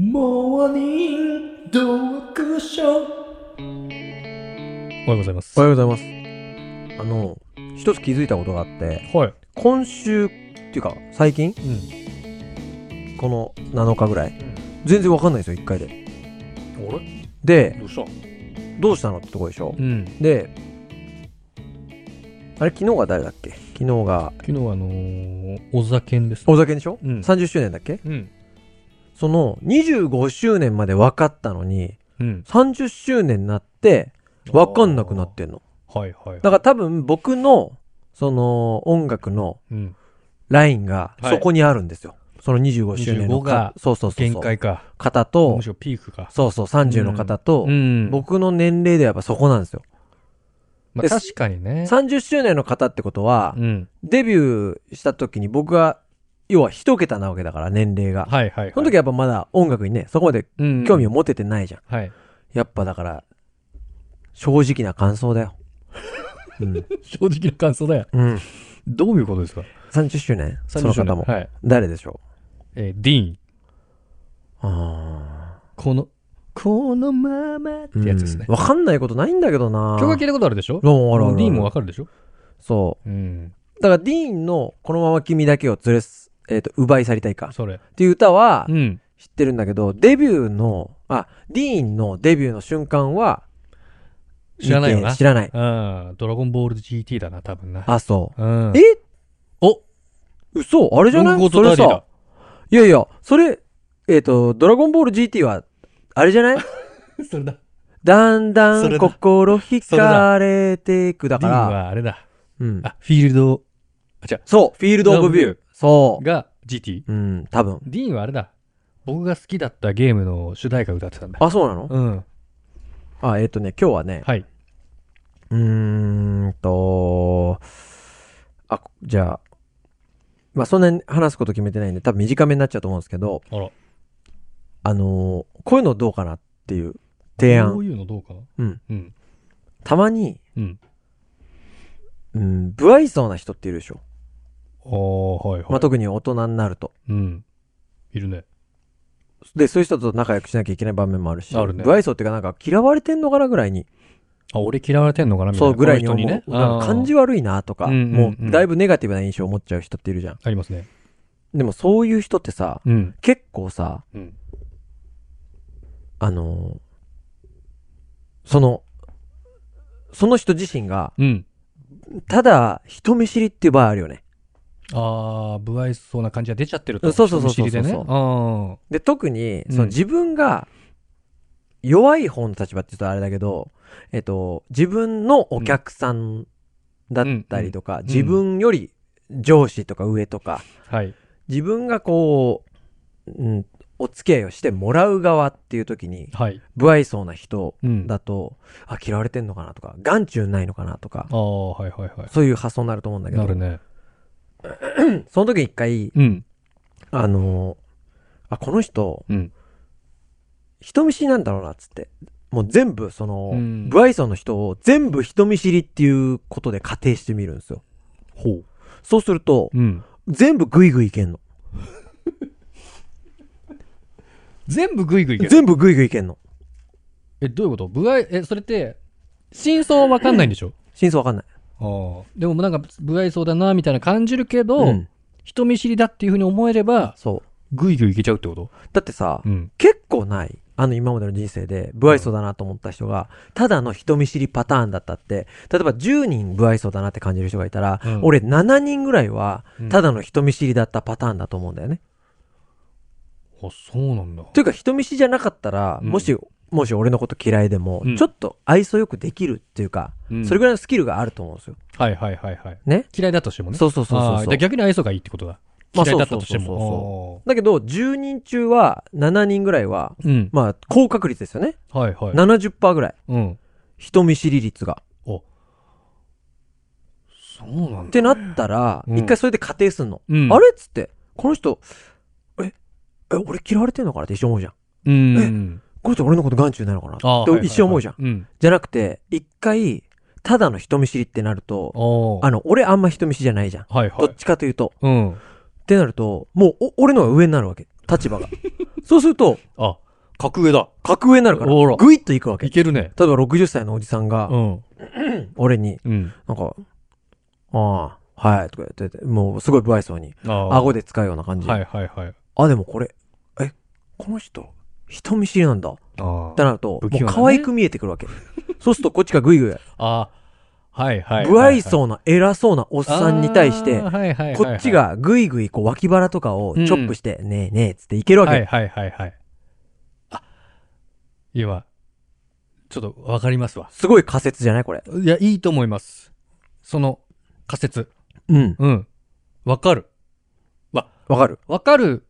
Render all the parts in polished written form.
モーニング読書。おはようございます。 おはようございます。一つ気づいたことがあって、 はい。 今週っていうか最近、この7日ぐらい、全然わかんないですよ、1回で。 あれで、 どうしたどうしたのってとこでしょ、 で、 あれ昨日が誰だっけ？昨日が、 昨日小酒です。 大酒でしょ、 30 30周年だっけ？ うん。 その25周年まで分かったのに、 うん。 30周年になって分かんなくなってんの。 はいはい。 だから多分僕の、その音楽のラインがそこにあるんですよ。その25周年の 25がそう限界か。 方とむし、ろピークか。 そうそう30の方と、 僕、 僕の年齢でやっぱそこなんですよ。 まあ、確かにね。 30周年の方ってことは、デビューした時に僕が、要は一桁なわけだから、年齢が。 はいはい。 その時はやっぱまだ音楽にね、そこまで興味を持ててないじゃん。 はい。 やっぱだから、正直な感想だよ。 正直な感想だよ。どういうことですか？ 30周年その方も。 はい。 誰でしょディーン。 う？ このままってやつですね。 わかんないことないんだけどな。 曲は聞いたことあるでしょ？ あるある。 ディーンもわかるでしょ？ そう。だからディーンのこのまま君だけを奪い去りたいか。 それ。 っていう歌は、知ってるんだけど、ディーンのデビューの瞬間は、 知らないよな。 知らない。 ドラゴンボール GT だな、多分な。 あ、そう。 お嘘あれじゃないそれさ。いやいや、それ、ドラゴンボール GT は、あれじゃないそれだ。 だんだん心惹かれていくだから。 ディーンはあれだ。 フィールド、 そう、フィールドオブビュー。そう。 が GT？ 多分。 ディーンはあれだ。僕が好きだったゲームの主題歌歌ってたんだ。 あ、そうなの？今日はね。 はい。 じゃあ、まあ、そんなに話すこと決めてないんで、多分短めになっちゃうと思うんですけど、こういうのどうかなっていう提案。 こういうのどうかな？ たまに、不愛想な人っているでしょ。 はいはい。 まあ、特に大人になると。 いるね。 で、そういう人と仲良くしなきゃいけない場面もあるし、 あるね。 不愛想っていうかなんか嫌われてんのかなぐらいに。 俺嫌われてんのかなみたいな。 そうぐらいに思う。 ね。 なんか感じ悪いなとか、もうだいぶネガティブな印象を持っちゃう人っているじゃん。 ありますね。 でもそういう人ってさ、結構さ、その人自身が、ただ人見知りっていう場合あるよね。 不愛想な感じが出ちゃってると。 そうそうそうそう。で、特に、自分が弱い方の立場って言うとあれだけど、自分のお客さんだったりとか、自分より上司とか上とか、自分がこう、お付き合いをしてもらう側っていう時に、不愛想な人だと、嫌われてんのかなとか、眼中ないのかなとか、そういう発想になると思うんだけど、 なるね。 その時に一回、この人、人見知りなんだろうなっつって、もう全部不愛想の人を全部人見知りっていうことで仮定してみるんですよ。そうすると、全部グイグイいけんの。 全部グイグイいける。 全部グイグイいけんの。 どういうこと？それって、真相はわかんないんでしょ？ 真相わかんない。 でもなんか、不愛想だな、みたいな感じるけど、人見知りだっていうふうに思えれば、グイグイいけちゃうってこと？ だってさ、結構ない。今までの人生で不愛想だなと思った人が、ただの人見知りパターンだったって、例えば10人不愛想だなって感じる人がいたら、俺7人ぐらいは、ただの人見知りだったパターンだと思うんだよね。 そうなんだ。 というか人見知りじゃなかったら、もし俺のこと嫌いでも、ちょっと愛想よくできるっていうか、それぐらいのスキルがあると思うんですよ。ね。 嫌いだとしてもね。 そう。 逆に愛想がいいってことだ。嫌いだったとしても。 だけど、10人中は7人ぐらいは、まあ、高確率ですよね。70% ぐらい。人見知り率が。 そうなんだ。 ってなったら、一回それで仮定すんの。あれっつって、この人、俺嫌われてんのかなって一瞬思うじゃん。この人俺のこと眼中ないのかなって一瞬思うじゃん。じゃなくて、一回、ただの人見知りってなると、俺あんま人見知りじゃないじゃん。どっちかというと。ってなると、もう俺の方が上になるわけ。立場が。 そうすると、 あ、格上だ。 格上になるから、ぐいっといくわけ。 いけるね。 例えば60歳のおじさんが、俺に、なんか、はい、とか言ってて、もうすごい不愛想に、顎で使うような感じ。 はいはいはい。 でもこれ、この人、人見知りなんだ。ってなると、もう可愛く見えてくるわけ。そうするとこっちがグイグイ。 はいはい。 不愛想な偉そうなおっさんに対して、こっちがグイグイこう脇腹とかをチョップして、ねえねえつっていけるわけ。 はいはいはいはい。今、ちょっとわかりますわ。 すごい仮説じゃないこれ。 いや、いいと思います。その仮説。わかる。 わかる。 わかる。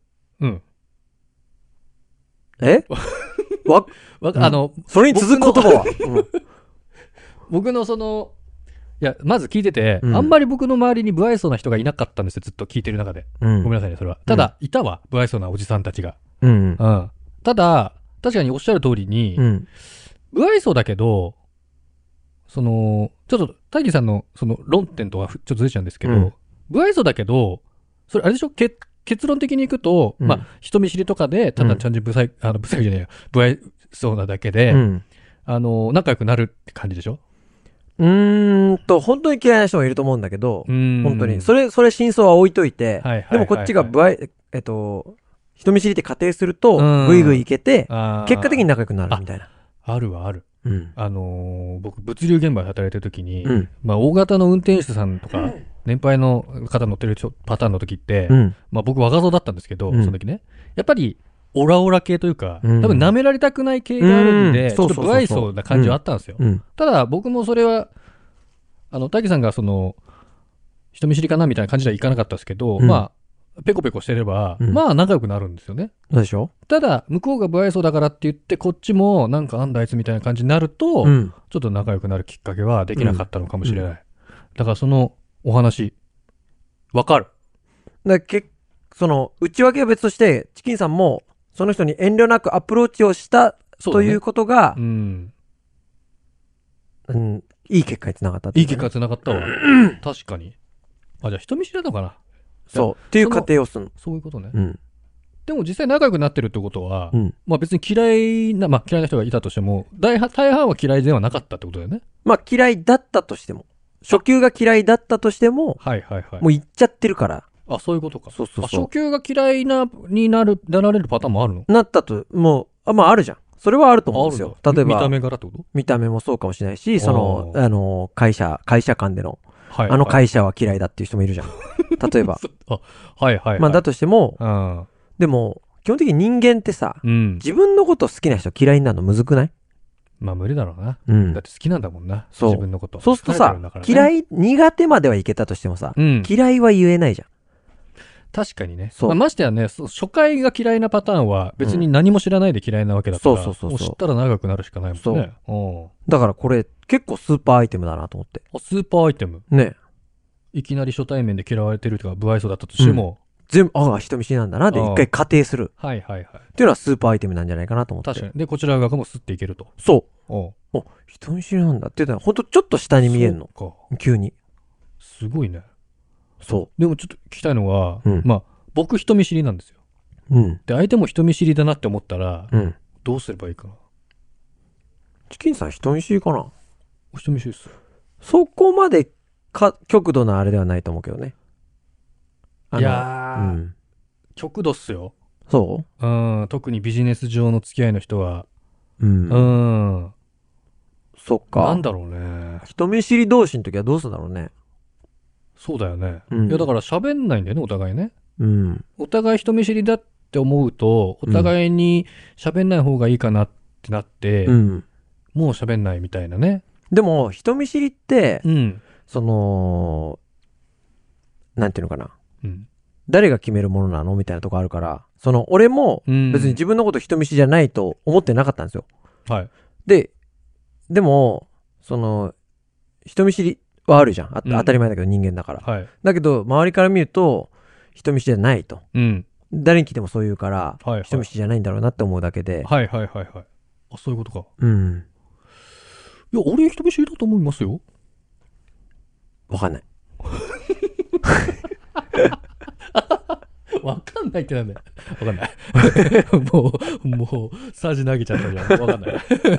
それに続く言葉は僕のいや、まず聞いてて、あんまり僕の周りに不愛想な人がいなかったんですよ、ずっと聞いてる中で。ごめんなさいね、それは。ただ、いたわ、不愛想なおじさんたちが。ただ、確かにおっしゃる通りに、不愛想だけど、ちょっと、大義さんの論点とはちょっとずれちゃうんですけど、不愛想だけど、それあれでしょ結論的にいくと、人見知りとかで、ただちゃんと不愛想なだけで、仲良くなるって感じでしょ？ 本当に嫌いな人もいると思うんだけど、本当に。それ真相は置いといて、でもこっちが人見知りって仮定すると、ぐいぐいいけて、結果的に仲良くなるみたいな。 あるわ、ある。僕、物流現場で働いてる時に、大型の運転手さんとか、年配の方乗ってるパターンの時って、僕若造だったんですけど、その時ね。やっぱり、オラオラ系というか、多分舐められたくない系があるんで、ちょっと不愛想な感じはあったんですよ。ただ、僕もそれは、大輝さんが人見知りかなみたいな感じではいかなかったですけど、ペコペコしてれば、仲良くなるんですよね。 そうでしょ？ ただ、向こうが不愛想だからって言って、こっちもなんかあんだあいつみたいな感じになると、ちょっと仲良くなるきっかけはできなかったのかもしれない。だからそのお話、わかる。 内訳は別として、チキンさんも、その人に遠慮なくアプローチをしたということが、いい結果につながったっていう、 いい結果につながったわ。確かに。じゃあ人見知りなのかな。 そう。っていう過程をするの。 そういうことね。でも実際仲良くなってるってことは、別に嫌いな人がいたとしても、大半は嫌いではなかったってことだよね。 嫌いだったとしても。初級が嫌いだったとしても、もう言っちゃってるから。 そういうことか。 そう。 初級が嫌いになられるパターンもあるの？ なったと、もう、あるじゃん。それはあると思うんですよ。例えば。 見た目柄ってこと？ 見た目もそうかもしれないし、会社間での、会社は嫌いだっていう人もいるじゃん。例えば。だとしても、でも、基本的に人間ってさ、自分のこと好きな人嫌いになるのむずくない？ 無理だろうな。だって好きなんだもんな。自分のこと。 そうするとさ、苦手まではいけたとしてもさ、嫌いは言えないじゃん。 確かにね。ましてやね、初回が嫌いなパターンは別に何も知らないで嫌いなわけだから、知ったら長くなるしかないもんね。 だからこれ結構スーパーアイテムだなと思って。 スーパーアイテム？ ね。 いきなり初対面で嫌われてるとか、不愛想だったとしても、 全部、人見知りなんだなで一回仮定する。 っていうのはスーパーアイテムなんじゃないかなと思って。 確かに。で、こちら側もスッていけると。 そう。人見知りなんだって言ったら、ほんとちょっと下に見えんの。急に。 すごいね。 そう。 でもちょっと聞きたいのは、僕人見知りなんですよ。で、相手も人見知りだなって思ったら、どうすればいいかな。 チキンさん人見知りかな？ 人見知りです。 そこまで極度なあれではないと思うけどね。 いやー、極度っすよ。 そう？ 特にビジネス上の付き合いの人は。 そっか。 なんだろうね。 人見知り同士の時はどうするんだろうね。 そうだよね。いや、だから喋んないんだよね、お互いね。 うん。 お互い人見知りだって思うと、お互いに喋んない方がいいかなってなって、もう喋んないみたいなね。 でも、人見知りって、なんていうのかな。誰が決めるものなのみたいなとこあるから、俺も別に自分のこと人見知りじゃないと思ってなかったんですよ。でも、人見知りはあるじゃん。当たり前だけど人間だから。だけど、周りから見ると、人見知りじゃないと。誰に聞いてもそう言うから、人見知りじゃないんだろうなって思うだけで。 そういうことか。いや、俺人見知りだと思いますよ。 わかんない。 わかんないってなんだよ。わかんない。もう、サジ投げちゃったじゃん。わかんない。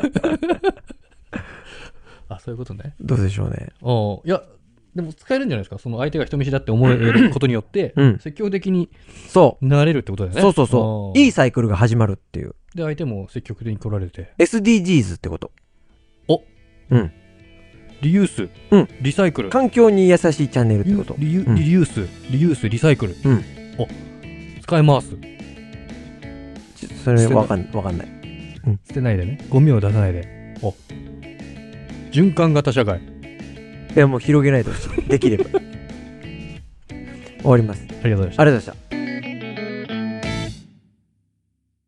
あ、そういうことね。 どうでしょうね。 いや、でも使えるんじゃないですか。その相手が人見知りだって思えることによって、積極的になれるってことだよね。 そうそうそう。いいサイクルが始まるっていう。 で、相手も積極的に来られて。 SDGs ってこと。 リユース。リサイクル。 環境に優しいチャンネルってこと。 リユース、リサイクル。使えます。 それわかんない。 捨てないでね。ゴミを出さないで。循環型社会。 いや、もう広げないでほしい。できれば。終わります。 ありがとうございました。 ありがとうございました。